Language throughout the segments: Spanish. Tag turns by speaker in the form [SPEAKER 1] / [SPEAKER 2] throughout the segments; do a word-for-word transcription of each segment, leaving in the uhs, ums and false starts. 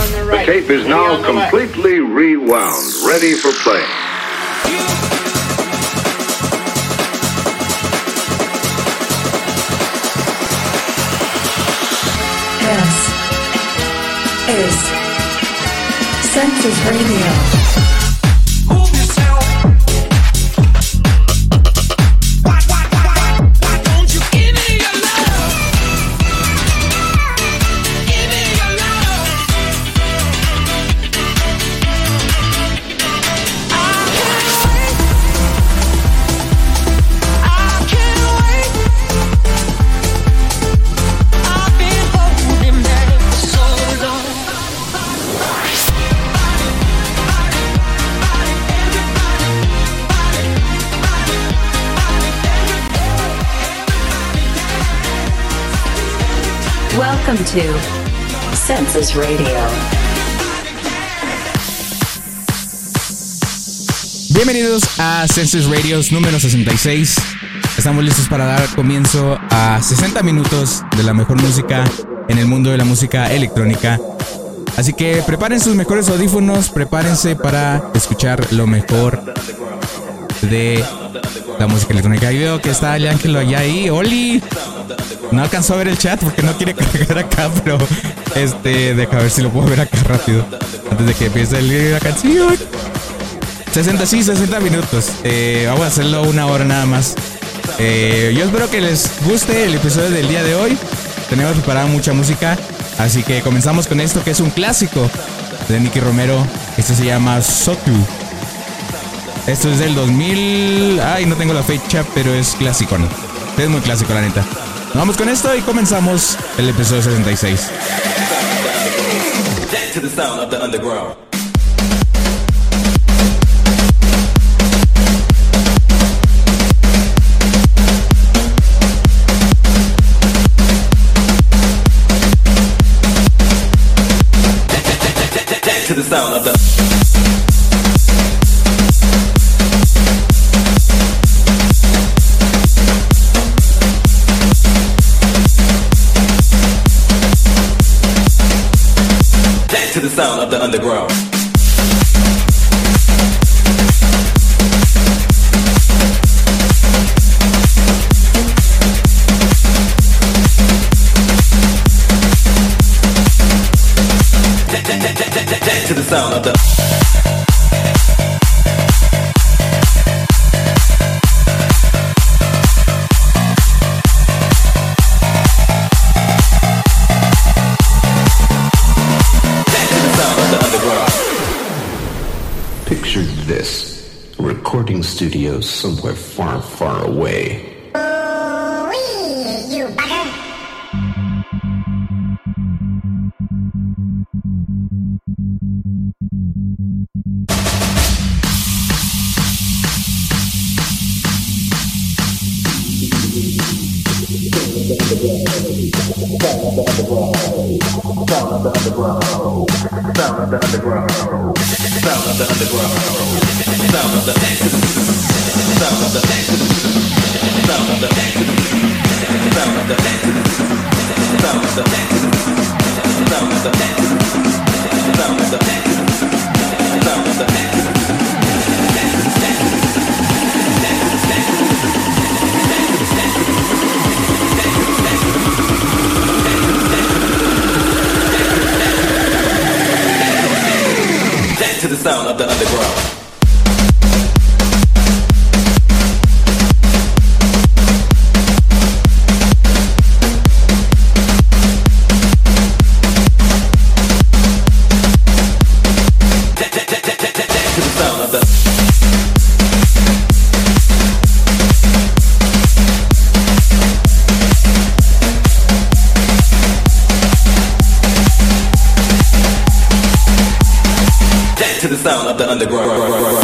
[SPEAKER 1] The tape is now completely rewound, ready for play.
[SPEAKER 2] This is Senses Radio. Welcome to Senses Radio.
[SPEAKER 3] Bienvenidos a Senses Radios número sesenta y seis. Estamos listos para dar comienzo a sesenta minutos de la mejor música en el mundo de la música electrónica. Así que preparen sus mejores audífonos, prepárense para escuchar lo mejor de la música electrónica. Y veo que está el Ángelo allá ahí. ¡Oli! No alcanzó a ver el chat porque no quiere cargar acá, pero este, deja ver si lo puedo ver acá rápido antes de que empiece el, la canción. sesenta, sí, sesenta minutos. Eh, vamos a hacerlo una hora nada más. Eh, yo espero que les guste el episodio del día de hoy. Tenemos preparada mucha música, así que comenzamos con esto que es un clásico de Nicky Romero. Este se llama Sotu. Esto es del dos mil. Ay, no tengo la fecha, pero es clásico, ¿no? Es muy clásico, la neta. Vamos con esto y comenzamos el episodio sesenta y seis.
[SPEAKER 4] To the sound of the underground. To the sound of the to the sound of the underground. To the sound of the
[SPEAKER 5] Picture this, a recording studio somewhere far, far away.
[SPEAKER 6] Ooh-wee, you bugger.
[SPEAKER 4] sound of the underground, sound of the underground, sound of the underground, sound of the sound of the sound of the sound of the sound of the sound of the sound of the sound of the to the sound of the underground. To the sound of the underground.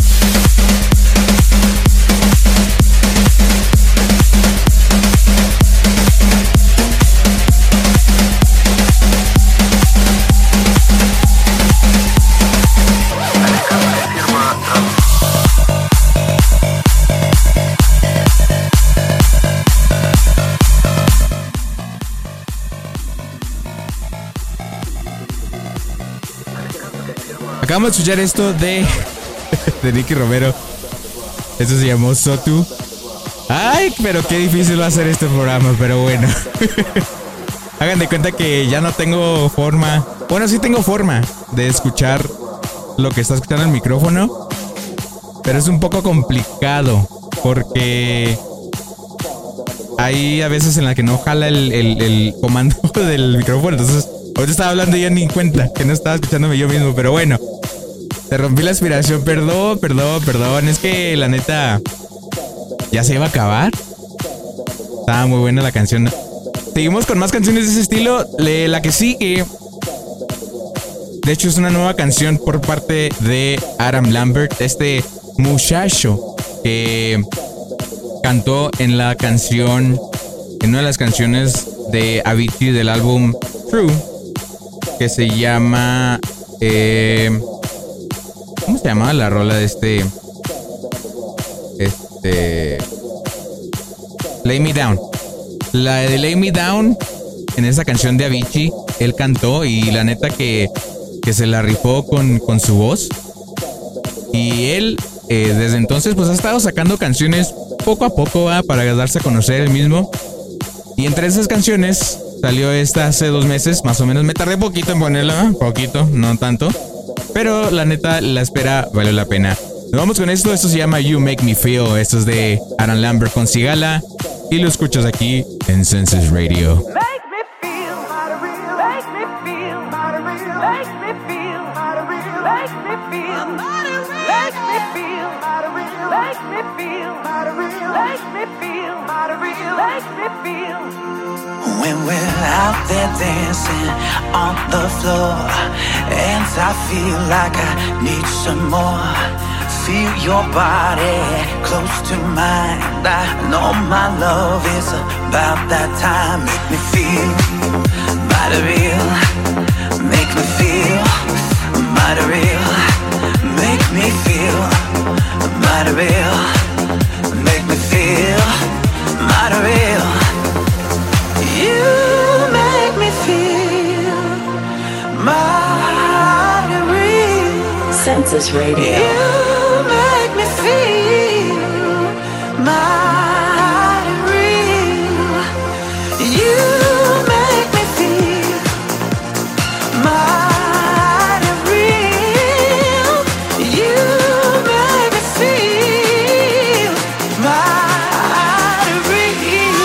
[SPEAKER 3] Acabamos de escuchar esto de, de Nicky Romero. Esto se llamó Sotu. Ay, pero qué difícil va a ser este programa, pero bueno. Hagan de cuenta que ya no tengo forma. Bueno, sí tengo forma de escuchar lo que está escuchando el micrófono, pero es un poco complicado porque hay a veces en la que no jala el, el, el comando del micrófono. Entonces, ahorita estaba hablando y ya ni cuenta que no estaba escuchándome yo mismo, pero bueno. Te rompí la aspiración, perdón, perdón, perdón. Es que la neta ya se iba a acabar. Estaba muy buena la canción. Seguimos con más canciones de ese estilo. Le, la que sigue, de hecho, es una nueva canción por parte de Adam Lambert, este muchacho que cantó en la canción, en una de las canciones de Avicii del álbum True, que se llama eh, ¿cómo se llamaba la rola de este? Este. Lay Me Down. La de Lay Me Down, en esa canción de Avicii, él cantó y la neta que, que se la rifó con, con su voz. Y él, eh, desde entonces, pues ha estado sacando canciones poco a poco, ¿va? Para darse a conocer él mismo. Y entre esas canciones salió esta hace dos meses, más o menos. Me tardé poquito en ponerla, poquito, no tanto. Pero la neta, la espera valió la pena. Nos vamos con esto. Esto se llama You Make Me Feel. Esto es de Adam Lambert con Sigala. Y lo escuchas aquí en Senses Radio.
[SPEAKER 6] Make me feel, make me feel, make me feel, make me feel, make me feel, make me feel, make me feel, make me feel.
[SPEAKER 7] When we're out there dancing on the floor, and I feel like I need some more. Feel your body close to mine. I know my love is about that time. Make me feel mighty real. Make me feel mighty real. Make me feel mighty real. Make me feel mighty real. You make me feel mighty real.
[SPEAKER 2] Senses Radio.
[SPEAKER 7] You make me feel mighty real. You make me feel mighty real. You make me feel mighty real.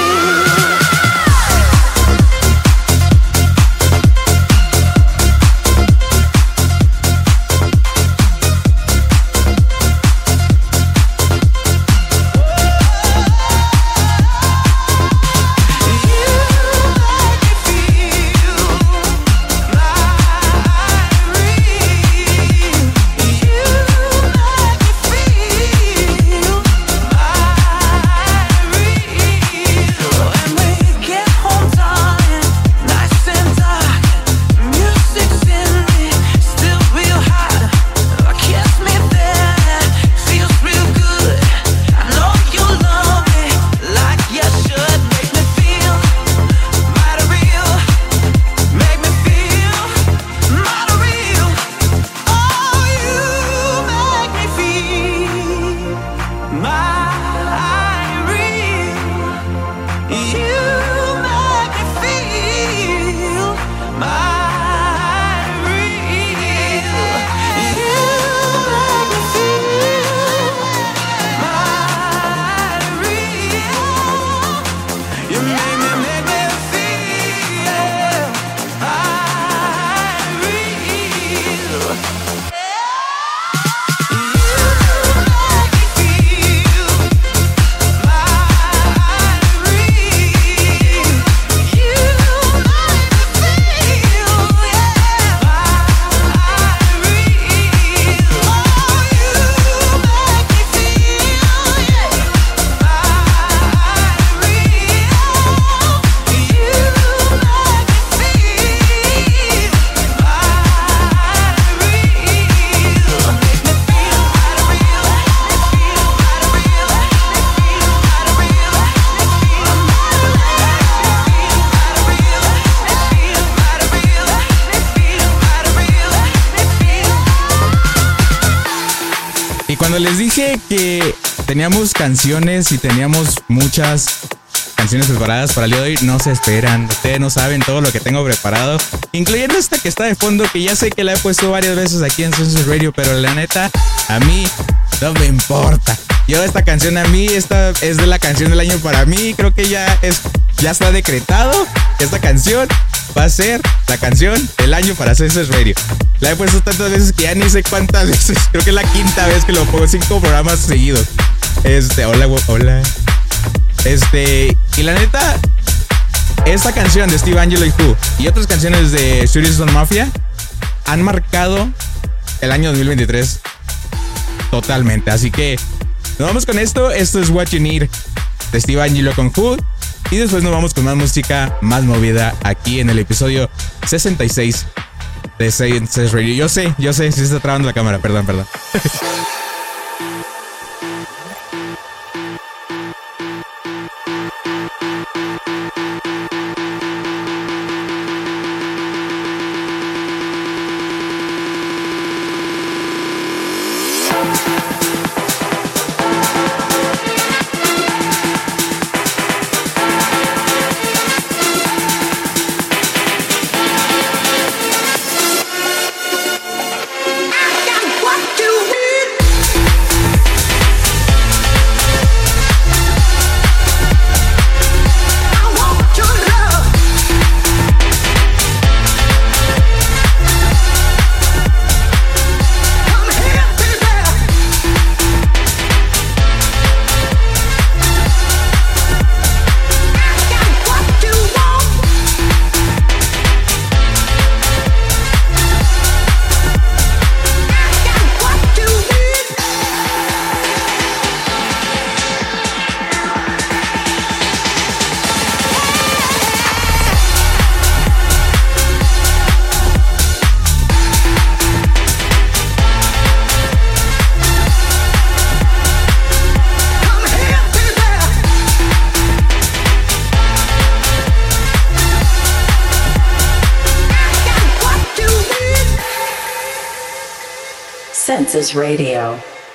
[SPEAKER 3] cuando les dije que teníamos canciones y teníamos muchas canciones preparadas para el día de hoy, no se esperan. Ustedes no saben todo lo que tengo preparado, incluyendo esta que está de fondo, que ya sé que la he puesto varias veces aquí en Senses Radio, pero la neta, a mí no me importa. Yo esta canción a mí, esta es de la canción del año para mí. Creo que ya es, ya está decretado. Esta canción va a ser la canción del año para Senses Radio. La he puesto tantas veces que ya ni sé cuántas veces. Creo que es la quinta vez que lo pongo, cinco programas seguidos. Este, hola, hola. Este, y la neta, esta canción de Steve Angelo y Who y otras canciones de Swedish House Mafia han marcado el año dos mil veintitrés totalmente. Así que nos vamos con esto. Esto es What You Need de Steve Angelo con Who. Y después nos vamos con más música más movida aquí en el episodio sesenta y seis de Senses Radio. Yo sé, yo sé, si se está trabando la cámara. Perdón, perdón.
[SPEAKER 2] Senses Radio.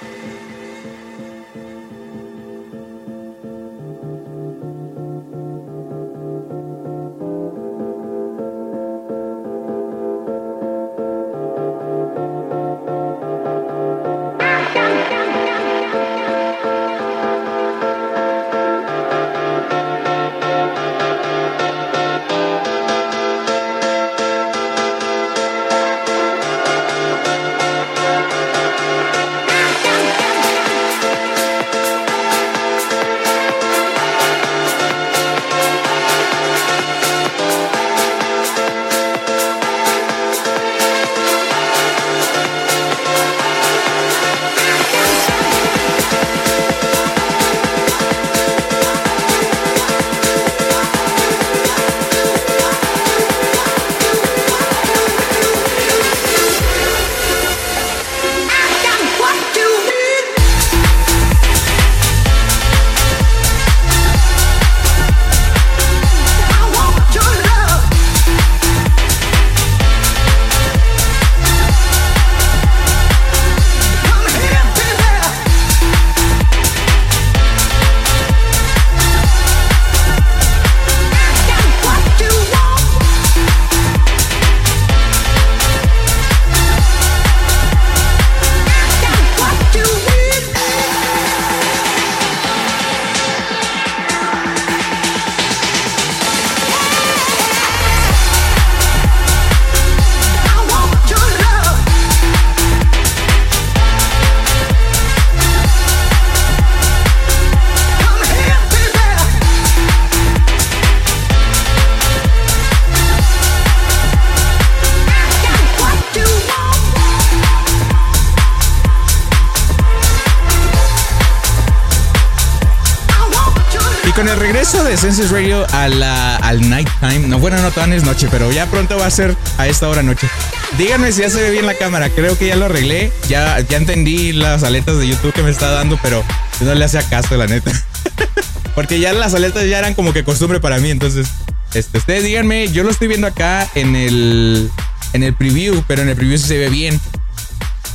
[SPEAKER 3] Con el regreso de Senses Radio a la, al nighttime, no, bueno, no todavía es noche, pero ya pronto va a ser a esta hora noche. Díganme si ya se ve bien la cámara, creo que ya lo arreglé, ya, ya entendí las aletas de YouTube que me está dando, pero no le hacía caso, la neta. Porque ya las aletas ya eran como que costumbre para mí, entonces, este, ustedes díganme, yo lo estoy viendo acá en el, en el preview, pero en el preview sí se ve bien.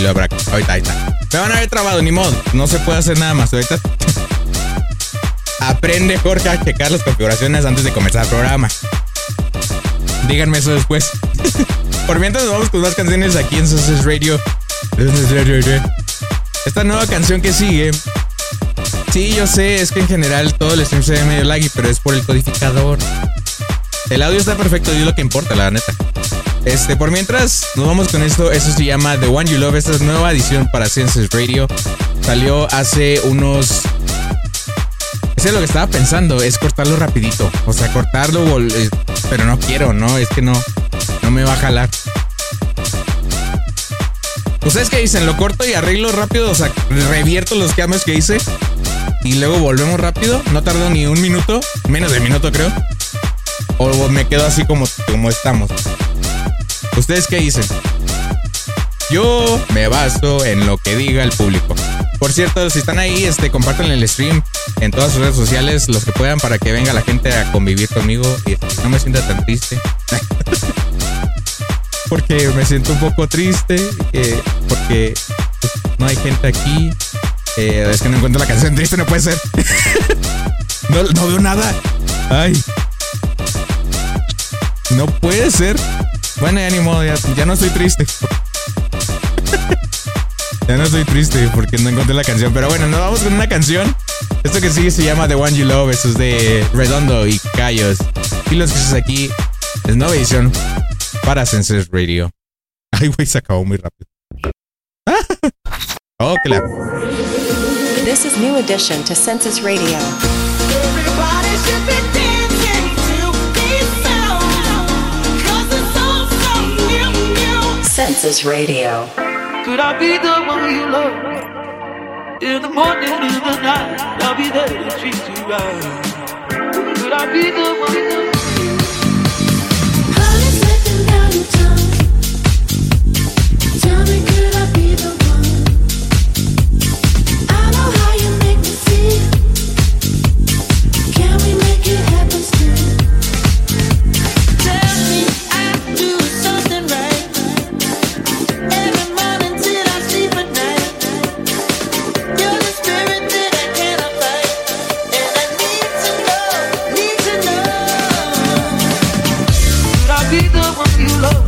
[SPEAKER 3] Y lo habrá. Ahorita, ahí está. Me van a haber trabado, ni modo. No se puede hacer nada más. Ahorita. Aprende, Jorge, a checar las configuraciones antes de comenzar el programa. Díganme eso después. Por mientras nos vamos con más canciones aquí en Senses Radio. Esta nueva canción que sigue. Sí, yo sé, es que en general todo el stream se ve medio laggy, pero es por el codificador. El audio está perfecto y es lo que importa, la neta. Este, por mientras, nos vamos con esto. Esto se llama The One You Love. Esta es nueva edición para Senses Radio. Salió hace unos... Eso es lo que estaba pensando, es cortarlo rapidito. O sea, cortarlo, pero no quiero, ¿no? Es que no, no me va a jalar. ¿Ustedes qué dicen? ¿Lo corto y arreglo rápido? O sea, revierto los cambios que hice y luego volvemos rápido. No tardo ni un minuto, menos de un minuto creo. O me quedo así como, como estamos. ¿Ustedes qué dicen? Yo me baso en lo que diga el público. Por cierto, si están ahí, este, compartan el stream en todas sus redes sociales, los que puedan, para que venga la gente a convivir conmigo y no me sienta tan triste. Porque me siento un poco triste, eh, porque pues, no hay gente aquí. Eh, es que no encuentro la canción triste, no puede ser. no, no veo nada. Ay. No puede ser. Bueno, ya ni modo, ya, ya no estoy triste. Ya no estoy triste porque no encontré la canción. Pero bueno, nos vamos con una canción. Esto que sigue se llama The One You Love. Esto es de Redondo y Cayos. Y los que estás aquí es nueva edición para Senses Radio. Ay, güey, se acabó muy rápido. Oh, claro.
[SPEAKER 2] This is new addition to Senses Radio.
[SPEAKER 6] Everybody should be dancing to this sound, 'cause it's all so new, new.
[SPEAKER 2] Senses Radio.
[SPEAKER 8] Could I be the one you love? In the morning, in the night, I'll be there to treat you right. Could I be the one you love?
[SPEAKER 6] Honey, slipping down your tongue. Tell me, could I be the one? I know how you make me feel. Can we make it happen still?
[SPEAKER 8] Tell me I do something right. Every morning till I sleep at night. You're the spirit that I cannot fight, and I need to know, need to know. Could I be the one you love?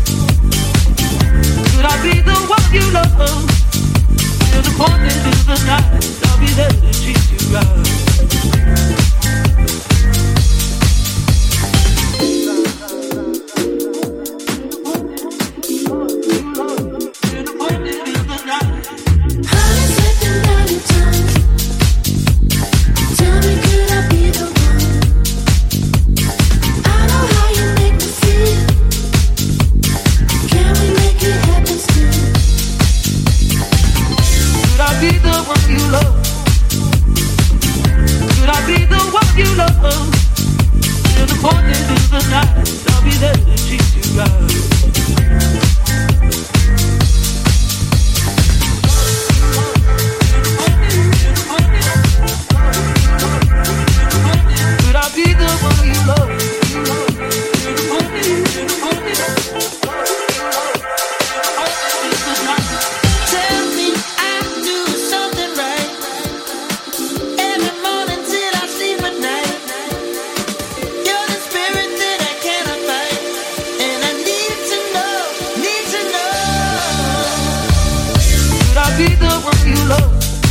[SPEAKER 8] Could I be the one you love? In the morning, in the night, I'll be there to treat you right.
[SPEAKER 6] Honey, slipping down your tongue. Tell me, could I be the one? I know how you make me feel. Can we make it happen still?
[SPEAKER 8] Could I be the one you love? Could I be the one you love? In the morning, in the night, I'll be there to treat you right. Could I be the one you love? Tell me I do something right. Every morning till I sleep at night. You're the spirit that I cannot fight, and I need to know, need to know. Could I be the one you love?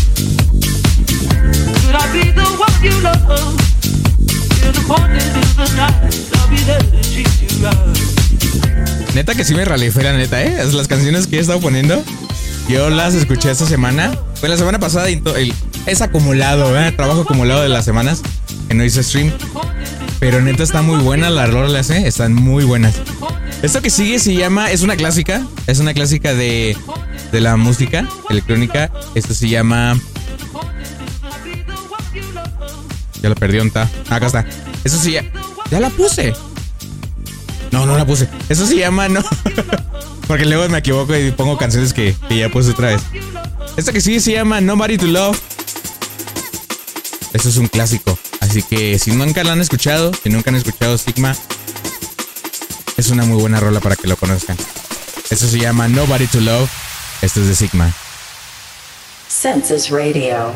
[SPEAKER 8] Could I be the one you love? In the morning, in the night, I'll be there to treat you right.
[SPEAKER 3] Neta que sí me ralefé, la neta, ¿eh? Es las canciones que he estado poniendo, yo las escuché esta semana. Fue la semana pasada y to- el, es acumulado, ¿eh? Trabajo acumulado de las semanas que no hice stream. Pero neta está muy buena las rolas, ¿eh? Están muy buenas. Esto que sigue se llama, es una clásica, es una clásica de, de la música electrónica. Esto se llama... Ya la perdí, ¿dónde está? Ah, acá está. Eso sí, ya, ya la puse. No, no la puse. Eso se llama, no. Porque luego me equivoco y pongo canciones que, que ya puse otra vez. Esto que sigue se llama Nobody to Love. Esto es un clásico. Así que si nunca la han escuchado, si nunca han escuchado Sigma, es una muy buena rola para que lo conozcan. Esto se llama Nobody to Love. Esto es de Sigma.
[SPEAKER 2] Census Radio.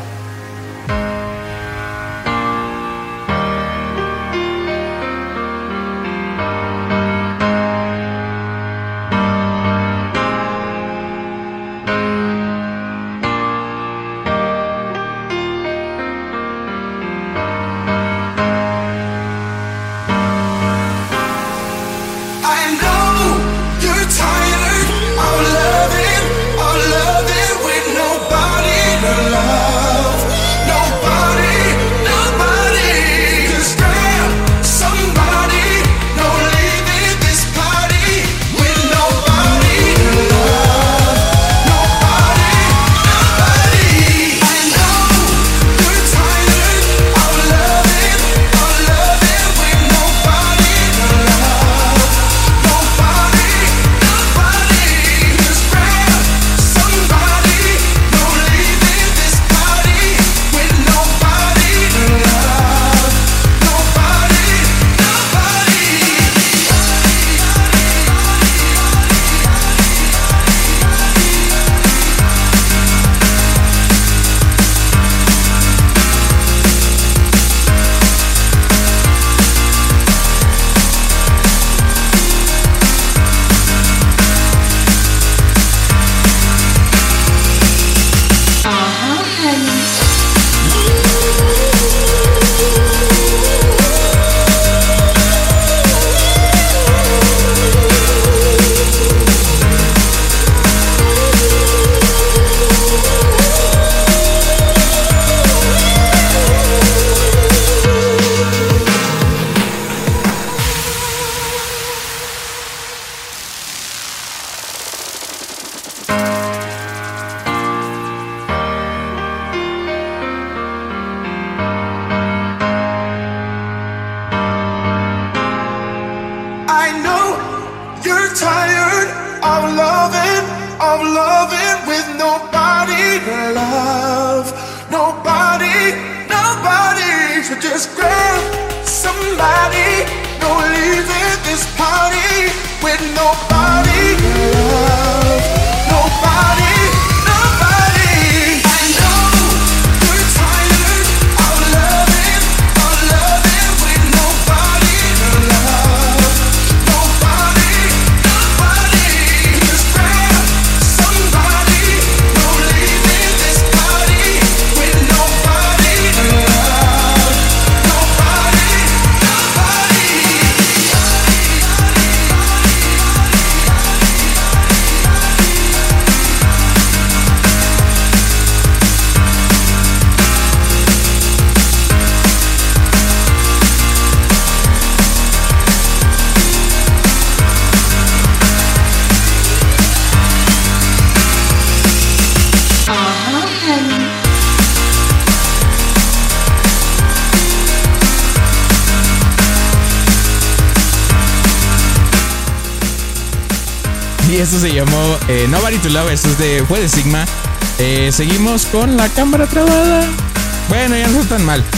[SPEAKER 3] Y esto se llamó eh, Nobody to Love. Esto es de, fue de Sigma. Eh, seguimos con la cámara trabada. Bueno, ya no está tan mal.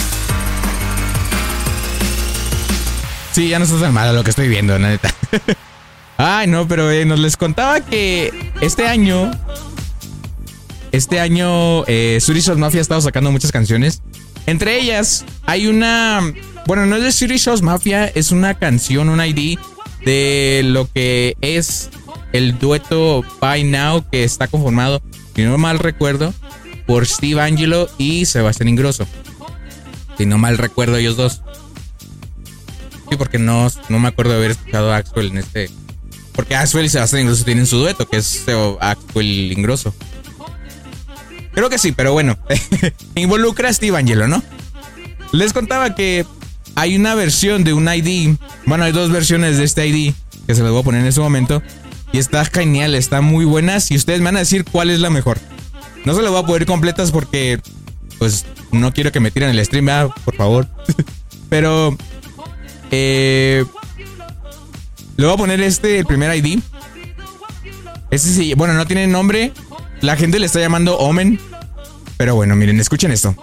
[SPEAKER 3] Sí, ya no está tan mal a lo que estoy viendo, la neta. Ay, no, pero eh, nos les contaba que este año, este año, eh, Swedish House Mafia ha estado sacando muchas canciones. Entre ellas, hay una, bueno, no es de Swedish House Mafia, es una canción, un I D de lo que es el dueto By Now, que está conformado, si no mal recuerdo, por Steve Angelo y Sebastián Ingrosso. Si no mal recuerdo, ellos dos. Sí, porque no, no me acuerdo de haber escuchado a Axwell en este. Porque Axwell y Sebastián Ingrosso tienen su dueto, que es Axwell Ingrosso. Creo que sí, pero bueno. Involucra a Steve Angelo, ¿no? Les contaba que hay una versión de un I D. Bueno, hay dos versiones de este I D que se las voy a poner en este momento. Y está genial, está muy buenas. Y ustedes me van a decir cuál es la mejor. No se las voy a poner completas porque, pues, no quiero que me tiren el stream, ¿verdad? Por favor. Pero, eh, le voy a poner este, el primer I D. Este sí, bueno, no tiene nombre. La gente le está llamando Omen. Pero bueno, miren, escuchen esto.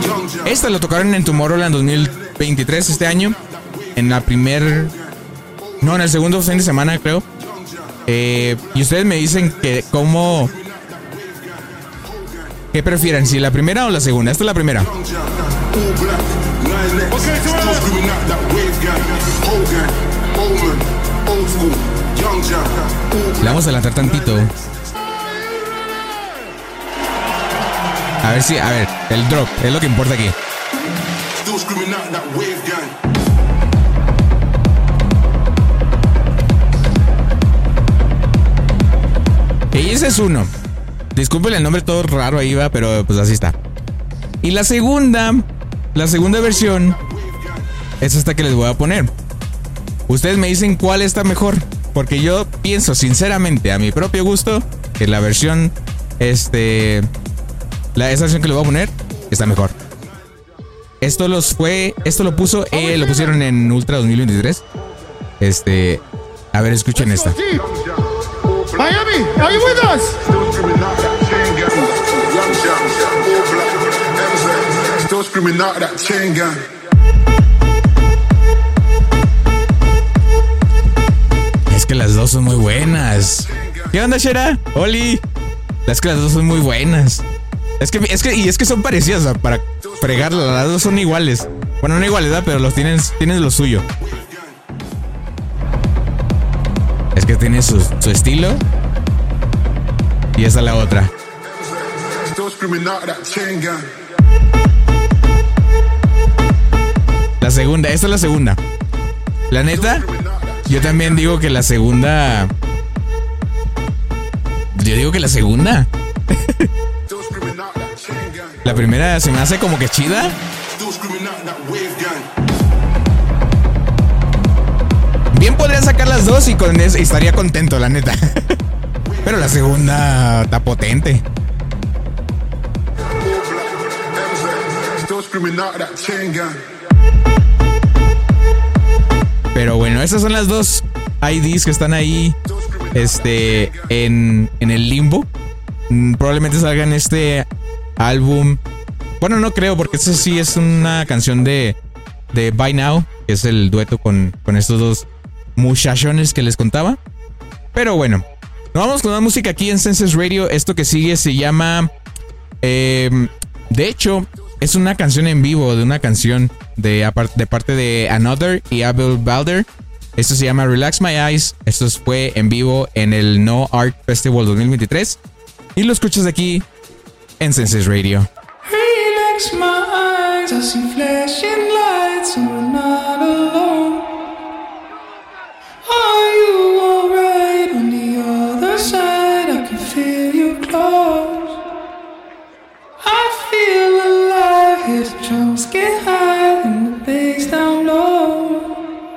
[SPEAKER 3] Esta lo tocaron en Tomorrowland dos mil veintitrés este año. En la primer No, en el segundo fin de semana, creo. Eh, y ustedes me dicen que cómo... ¿Qué prefieren? ¿Si la primera o la segunda? Esta es la primera. La vamos a adelantar tantito. A ver si, a ver, el drop es lo que importa aquí. Y ese es uno. Disculpen el nombre todo raro ahí va, pero pues así está. Y la segunda, la segunda versión es esta que les voy a poner. Ustedes me dicen cuál está mejor, porque yo pienso sinceramente, a mi propio gusto, que la versión, este, la esa versión que les voy a poner está mejor. Esto los fue, esto lo puso, eh, lo pusieron en Ultra dos mil veintitrés. Este, a ver, escuchen esta.
[SPEAKER 9] Miami, are you with us? Still screaming out that chain gang.
[SPEAKER 3] Es que las dos son muy buenas. ¿Qué onda, Shera? Oli. Es que las dos son muy buenas. Es que, es que, y es que son parecidas, o sea, para fregarlas, las dos son iguales. Bueno, no iguales, ¿verdad? Pero los tienen, tienen lo suyo. Es que tiene su, su estilo. Y esa es la otra. La segunda, esta es la segunda. La neta, yo también digo que la segunda. Yo digo que la segunda. La primera se me hace como que chida. Bien podría sacar las dos y con eso estaría contento, la neta. Pero la segunda está potente. Pero bueno, esas son las dos I Ds que están ahí, este, en, en el limbo. Probablemente salgan este álbum. Bueno, no creo, porque ese sí es una canción de, de By Now, que es el dueto con, con estos dos muchachones que les contaba. Pero bueno, nos vamos con una música aquí en Senses Radio. Esto que sigue se llama... Eh, de hecho, es una canción en vivo de una canción de, de parte de Another y Abel Balder. Esto se llama Relax My Eyes. Esto fue en vivo en el No Art Festival dos mil veintitrés. Y lo escuchas aquí en Senses Radio.
[SPEAKER 10] Relax my eyes, I see flashing lights and we're not alone. Are you alright on the other side? I can feel you close. I feel alive, hear the drums get high and the bass down low.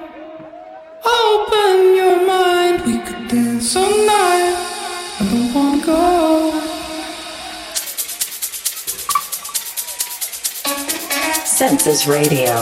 [SPEAKER 10] Open your mind, we could dance all night. I don't wanna go.
[SPEAKER 2] Senses Radio.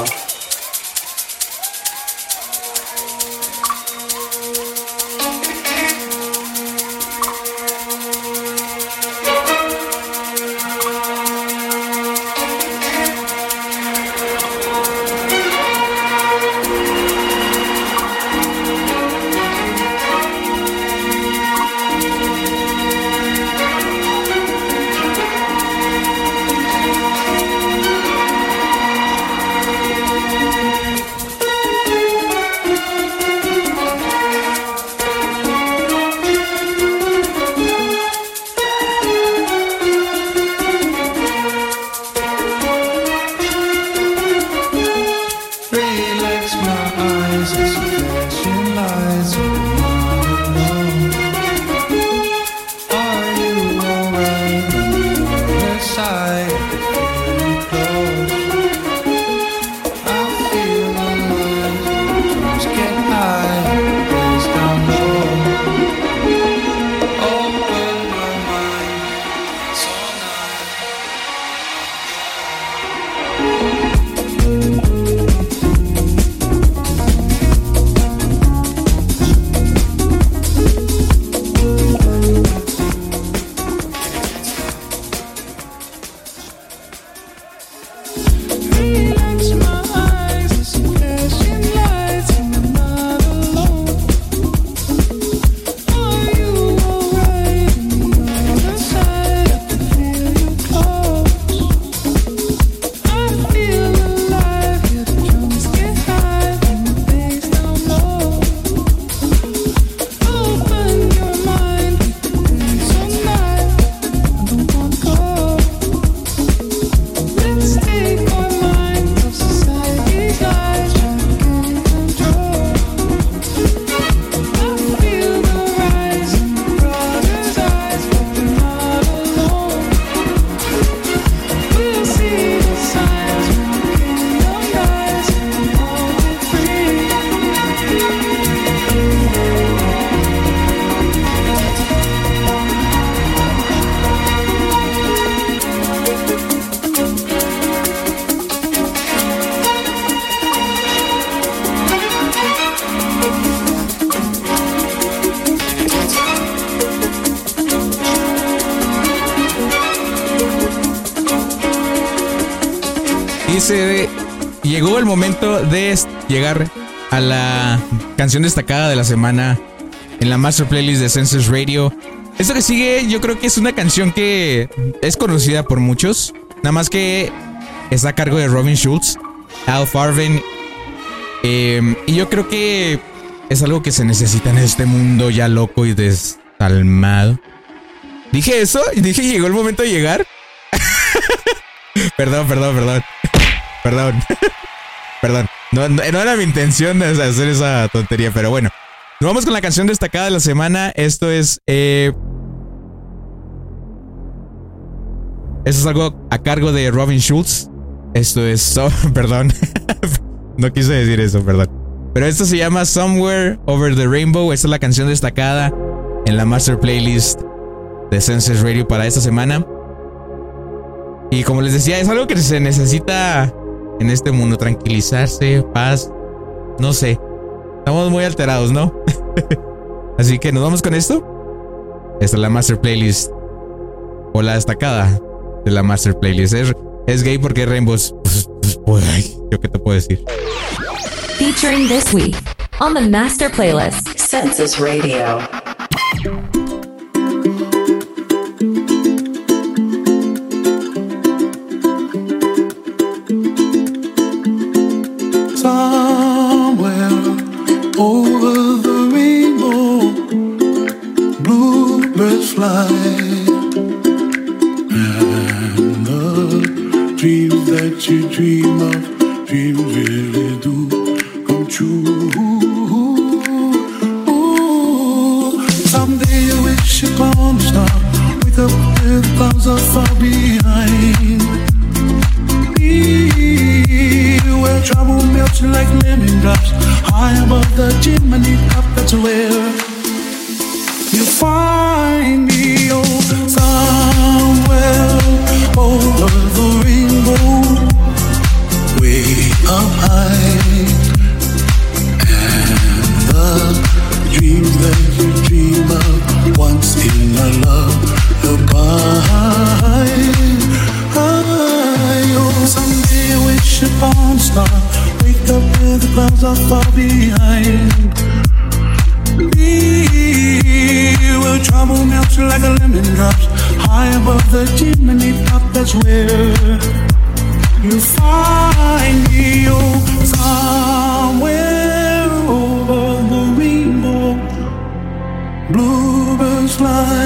[SPEAKER 10] Relax
[SPEAKER 3] se llegó el momento de llegar a la canción destacada de la semana en la Master Playlist de Senses Radio. Esto que sigue yo creo que es una canción que es conocida por muchos, nada más que está a cargo de Robin Schulz, Al Farben, eh, y yo creo que es algo que se necesita en este mundo ya loco y desalmado. ¿Dije eso? ¿Dije llegó el momento de llegar? Perdón, perdón, perdón. Perdón. Perdón. No, no, no era mi intención de hacer esa tontería, pero bueno. Nos vamos con la canción destacada de la semana. Esto es... Eh, esto es algo a cargo de Robin Schulz. Esto es... So, perdón. No quise decir eso, perdón. Pero esto se llama Somewhere Over the Rainbow. Esta es la canción destacada en la Master Playlist de Senses Radio para esta semana. Y como les decía, es algo que se necesita en este mundo. Tranquilizarse, paz. No sé. Estamos muy alterados, ¿no? Así que nos vamos con esto. Esta es la Master Playlist, o la destacada de la Master Playlist. Es, es gay porque Rainbow. Pues, pues, pues, ay, ¿yo qué te puedo decir?
[SPEAKER 2] Featuring this week on the Master Playlist, Senses Radio.
[SPEAKER 10] Somewhere over the rainbow, bluebirds fly, and the dreams that you dream of, dreams really do come true. Ooh, someday you wish upon a star, wake up with clouds are far behind. Where trouble melts like lemon drops, high above the chimney top, that's where you find me. Oh, somewhere over the rainbow, way up high, and the dreams that you dream of once in a lullaby. Oh, someday I wish upon a star, wake up where the clouds are far behind. Me, where trouble melts like a lemon drops, high above the chimney top, that's where you find me. Oh, somewhere over the rainbow, bluebirds fly,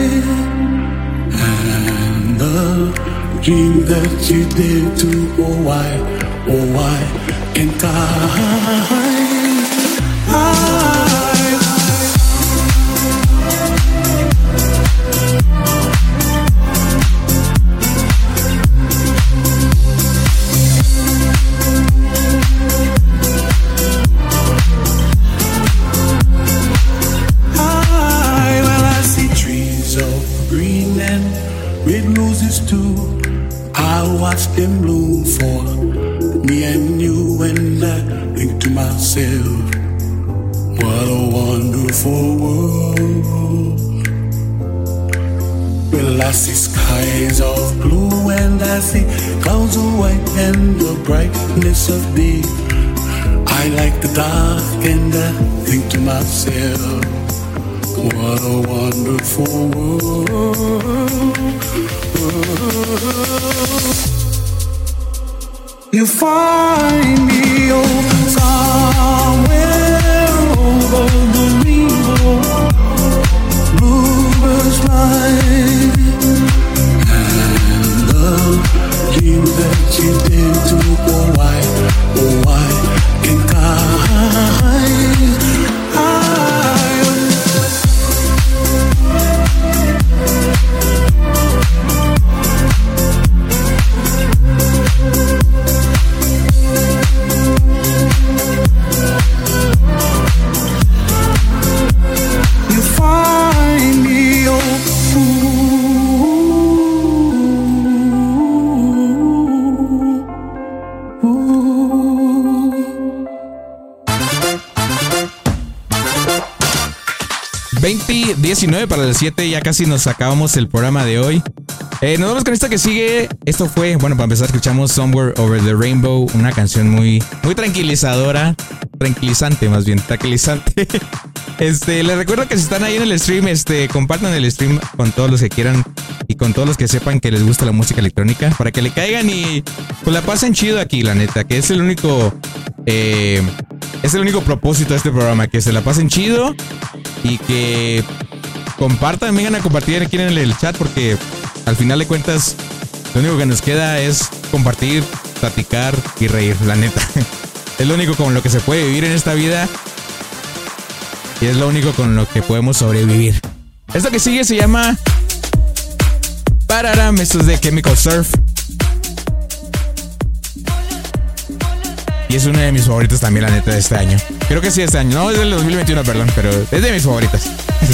[SPEAKER 10] and the dream that you did to, oh why, oh why can't I? I well, I see trees of green and red roses too. I watch them bloom for me and you, and I think to myself, what a wonderful world. Well, I see skies of blue and I see clouds of white and the brightness of day. I like the dark and I think to myself, what a wonderful world. You find me, oh, somewhere over the rainbow, bluebirds fly, and the dream that you did to, oh why, oh why can't I?
[SPEAKER 3] veinte diecinueve para las siete, ya casi nos acabamos el programa de hoy. Eh, nos vamos con esto que sigue. Esto fue, bueno, para empezar escuchamos Somewhere Over the Rainbow, una canción muy, muy tranquilizadora, tranquilizante más bien, tranquilizante. Este, les recuerdo que si están ahí en el stream, este, compartan el stream con todos los que quieran y con todos los que sepan que les gusta la música electrónica, para que le caigan y pues la pasen chido aquí, la neta, que es el único, eh, es el único propósito de este programa, que se la pasen chido y que compartan, vengan a compartir aquí en el chat, porque al final de cuentas lo único que nos queda es compartir, platicar y reír, la neta. Es lo único con lo que se puede vivir en esta vida y es lo único con lo que podemos sobrevivir. Esto que sigue se llama Pararam, esto es de Chemical Surf y es una de mis favoritas también, la neta, de este año. Creo que sí, de este año, no, es del dos mil veintiuno, perdón, pero es de mis favoritas.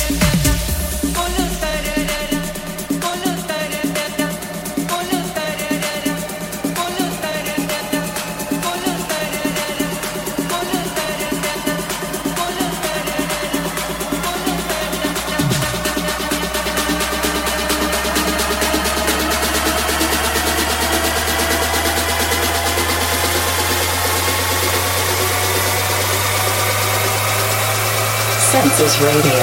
[SPEAKER 2] Census Radio.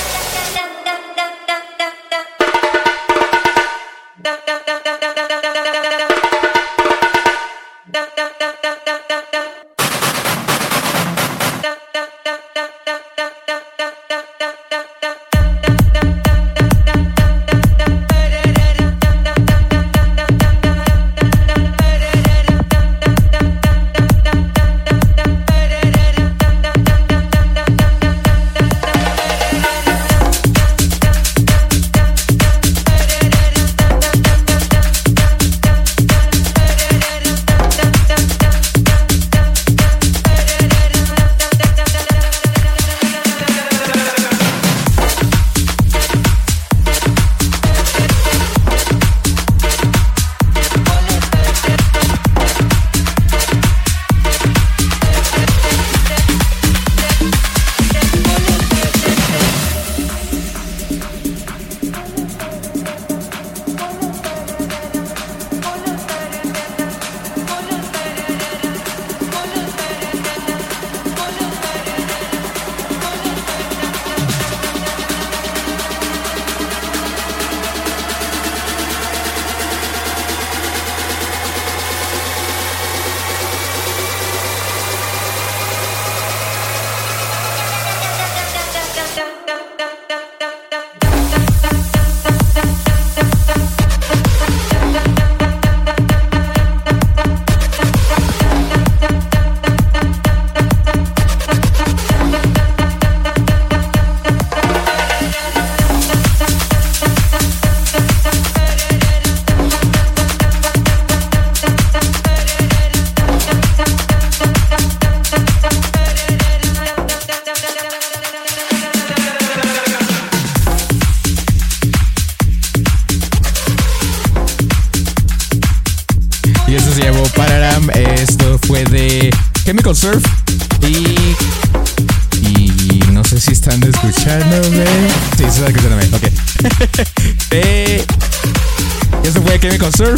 [SPEAKER 3] Chemical Surf y y no sé si están escuchándome. Sí, sí están escuchándome, ok. eh, Esto fue Chemical Surf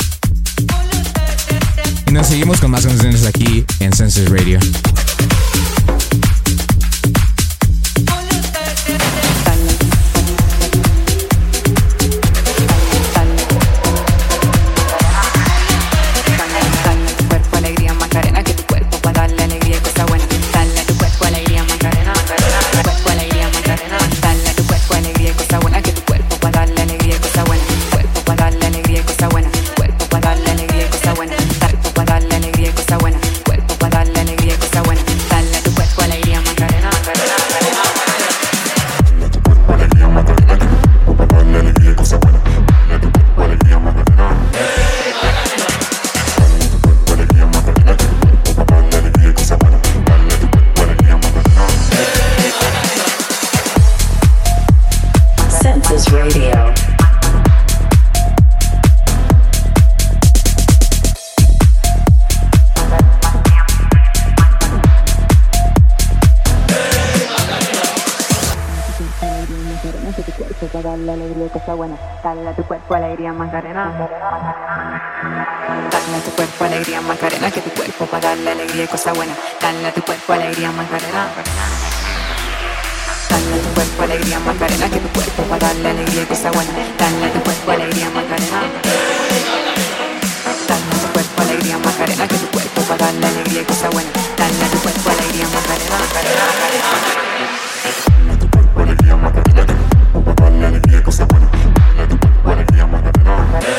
[SPEAKER 3] y nos seguimos con más canciones aquí en Census Radio.
[SPEAKER 11] Buena, cuerpo para darle alegría y cosa buena, cuerpo, dale alegría y cosa buena. Dale a tu cuerpo alegría, Macarena. Dale a tu cuerpo alegría, Macarena, que tu cuerpo para darle alegría y cosa buena. Dale a tu cuerpo alegría, Macarena. Dale a tu cuerpo alegría, Macarena, que tu cuerpo para darle alegría y cosa buena. Dale a tu cuerpo alegría, Macarena. Dale a tu cuerpo alegría, Macarena, que tu cuerpo para darle alegría y cosa buena. Dale a tu cuerpo alegría, Macarena, Macarena, Macarena. Dale a tu cuerpo alegría, Macarena, que tu cuerpo para darle alegría y cosa buena. Dale a tu cuerpo alegría, Macarena, Macarena.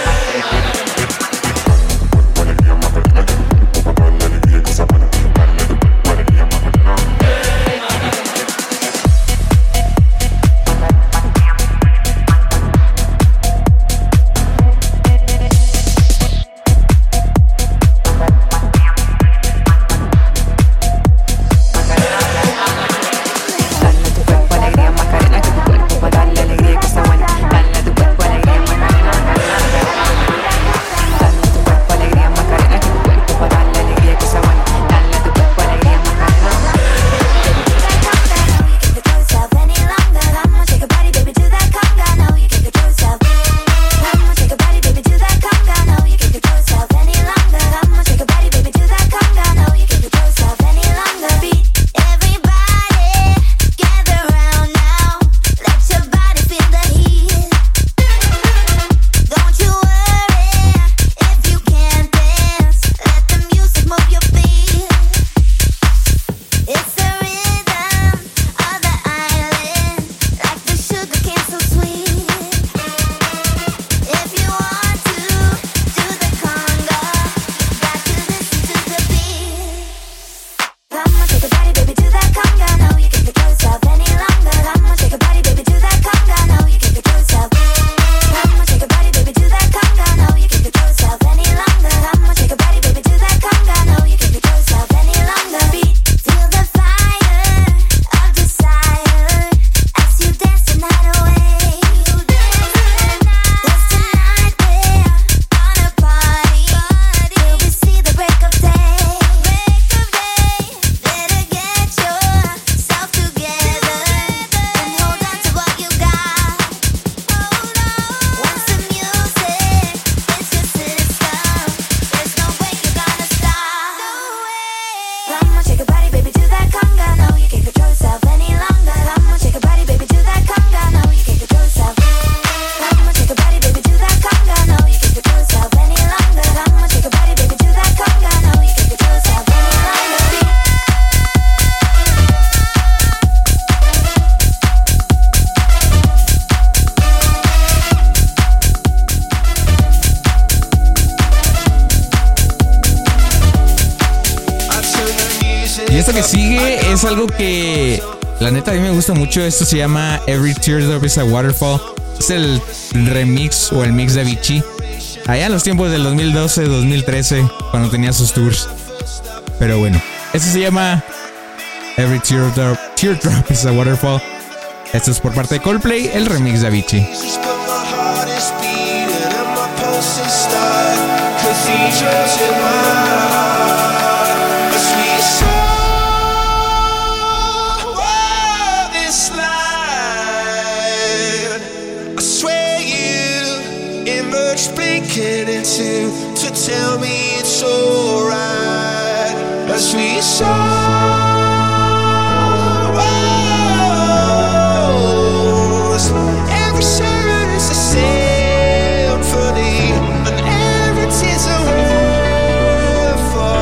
[SPEAKER 3] Esto que sigue es algo que la neta a mí me gusta mucho. Esto se llama Every Teardrop is a Waterfall. Es el remix o el mix de Avicii allá en los tiempos del dos mil doce, dos mil trece, cuando tenía sus tours. Pero bueno, esto se llama Every Teardrop, Teardrop is a Waterfall. Esto es por parte de Coldplay, el remix de Avicii.
[SPEAKER 12] Blinking into to tell me it's alright as we sorrows. Every sorrow is a symphony, and every tear's a waterfall.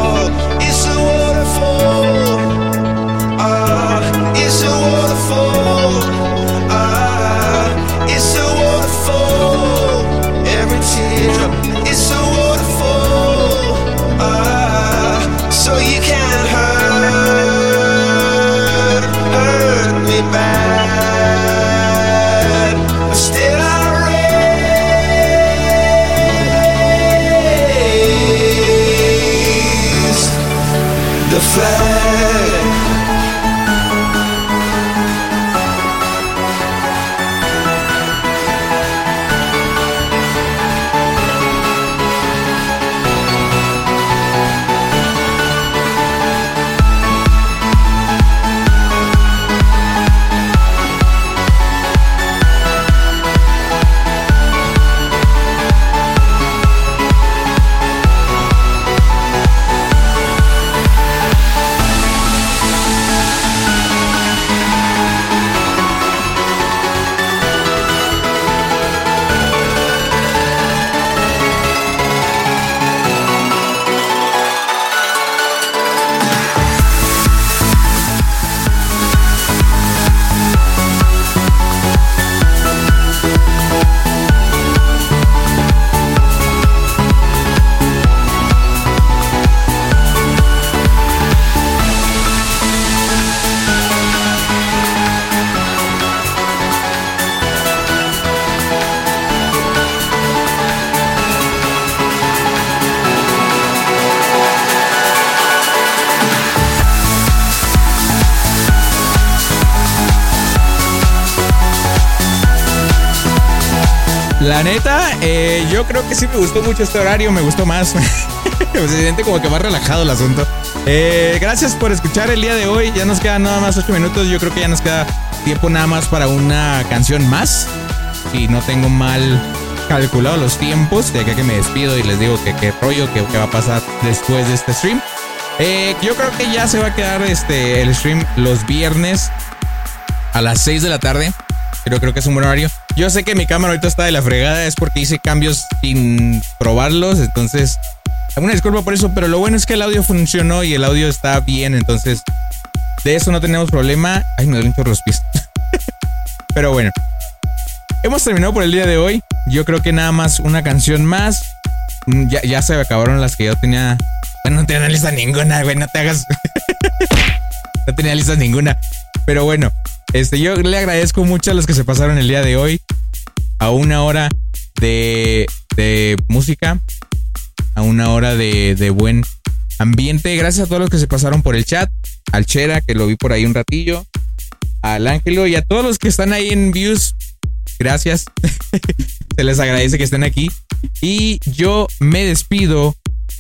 [SPEAKER 3] La neta, eh, yo creo que sí me gustó mucho este horario, me gustó más. Se siente como que más relajado el asunto. Eh, gracias por escuchar el día de hoy. Ya nos quedan nada más ocho minutos. Yo creo que ya nos queda tiempo nada más para una canción más. Si no tengo mal calculado los tiempos, de acá que me despido y les digo que qué rollo, que, que va a pasar después de este stream. Eh, yo creo que ya se va a quedar este el stream los viernes a las seis de la tarde. Pero creo que es un buen horario. Yo sé que mi cámara ahorita está de la fregada, es porque hice cambios sin probarlos, entonces alguna disculpa por eso, pero lo bueno es que el audio funcionó y el audio está bien, entonces de eso no tenemos problema. Ay, me duelen un chorro los pies. Pero bueno, hemos terminado por el día de hoy. Yo creo que nada más una canción más. Ya, ya se acabaron las que yo tenía. Bueno, no tenía lista ninguna, güey, no te hagas. No tenía lista ninguna. Pero bueno, este, yo le agradezco mucho a los que se pasaron el día de hoy a una hora de, de música, a una hora de, de buen ambiente. Gracias a todos los que se pasaron por el chat, al Chera, que lo vi por ahí un ratillo, al Ángelo y a todos los que están ahí en views. Gracias. Se les agradece que estén aquí. Y yo me despido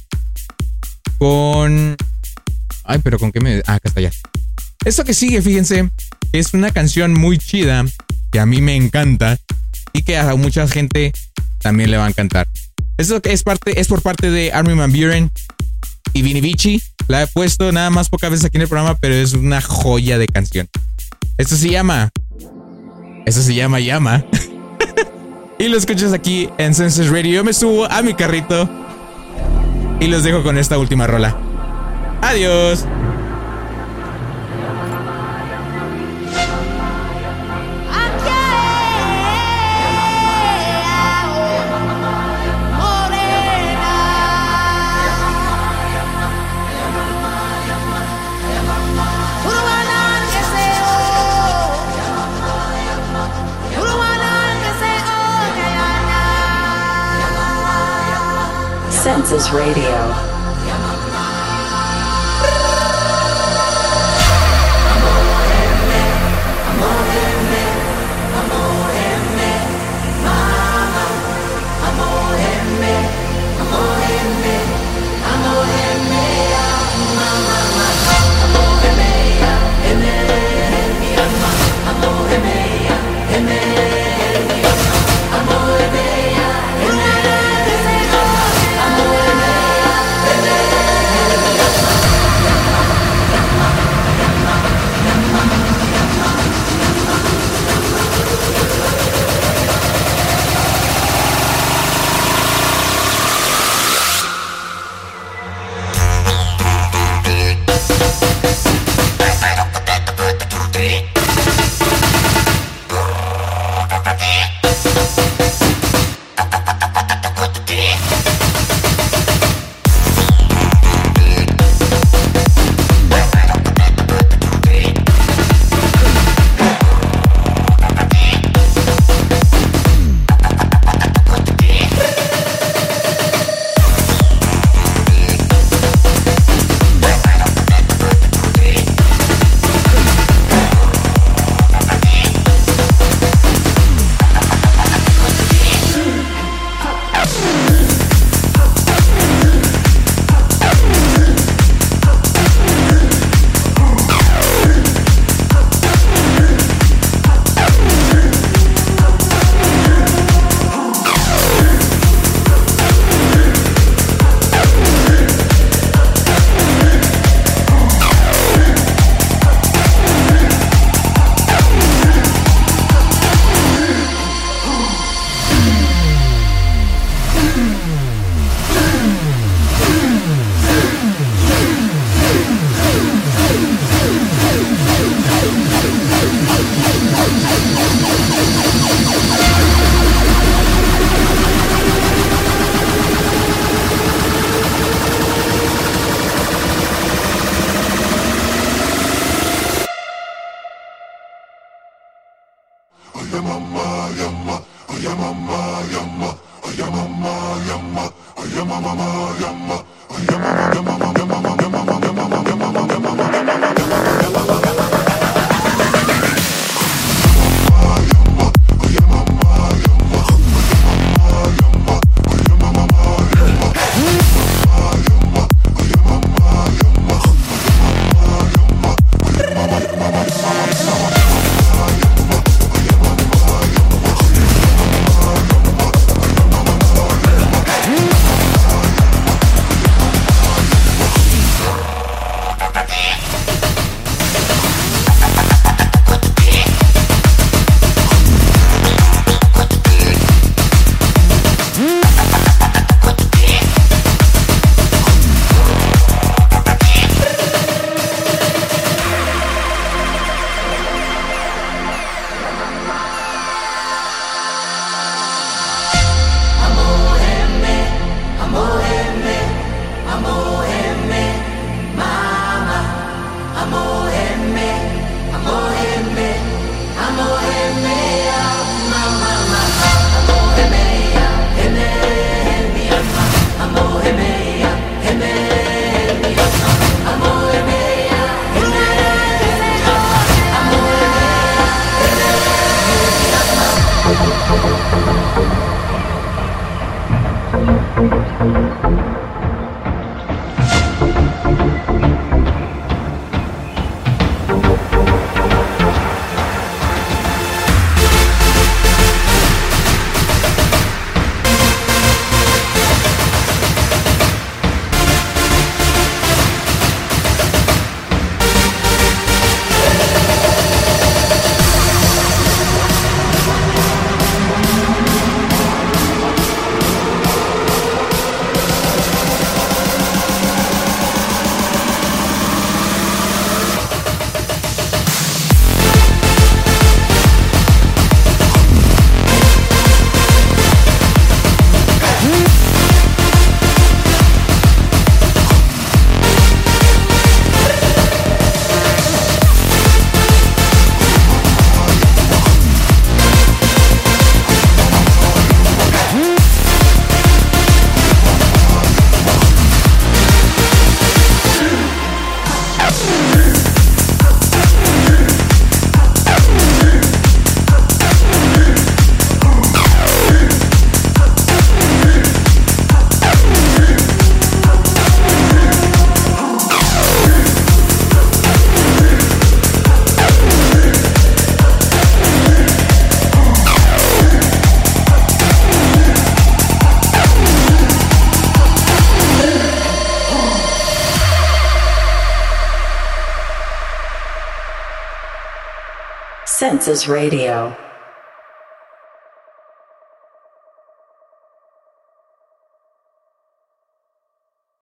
[SPEAKER 3] con... Ay, pero ¿con qué me...? Ah, acá está ya. Esto que sigue, fíjense, es una canción muy chida que a mí me encanta y que a mucha gente también le va a encantar. Esto que es parte, es por parte de Armin van Buuren y Vini Vici. La he puesto nada más pocas veces aquí en el programa, pero es una joya de canción. Esto se llama... Esto se llama Llama. Y lo escuchas aquí en Senses Radio. Yo me subo a mi carrito y los dejo con esta última rola. Adiós.
[SPEAKER 2] Senses Radio. Senses Radio.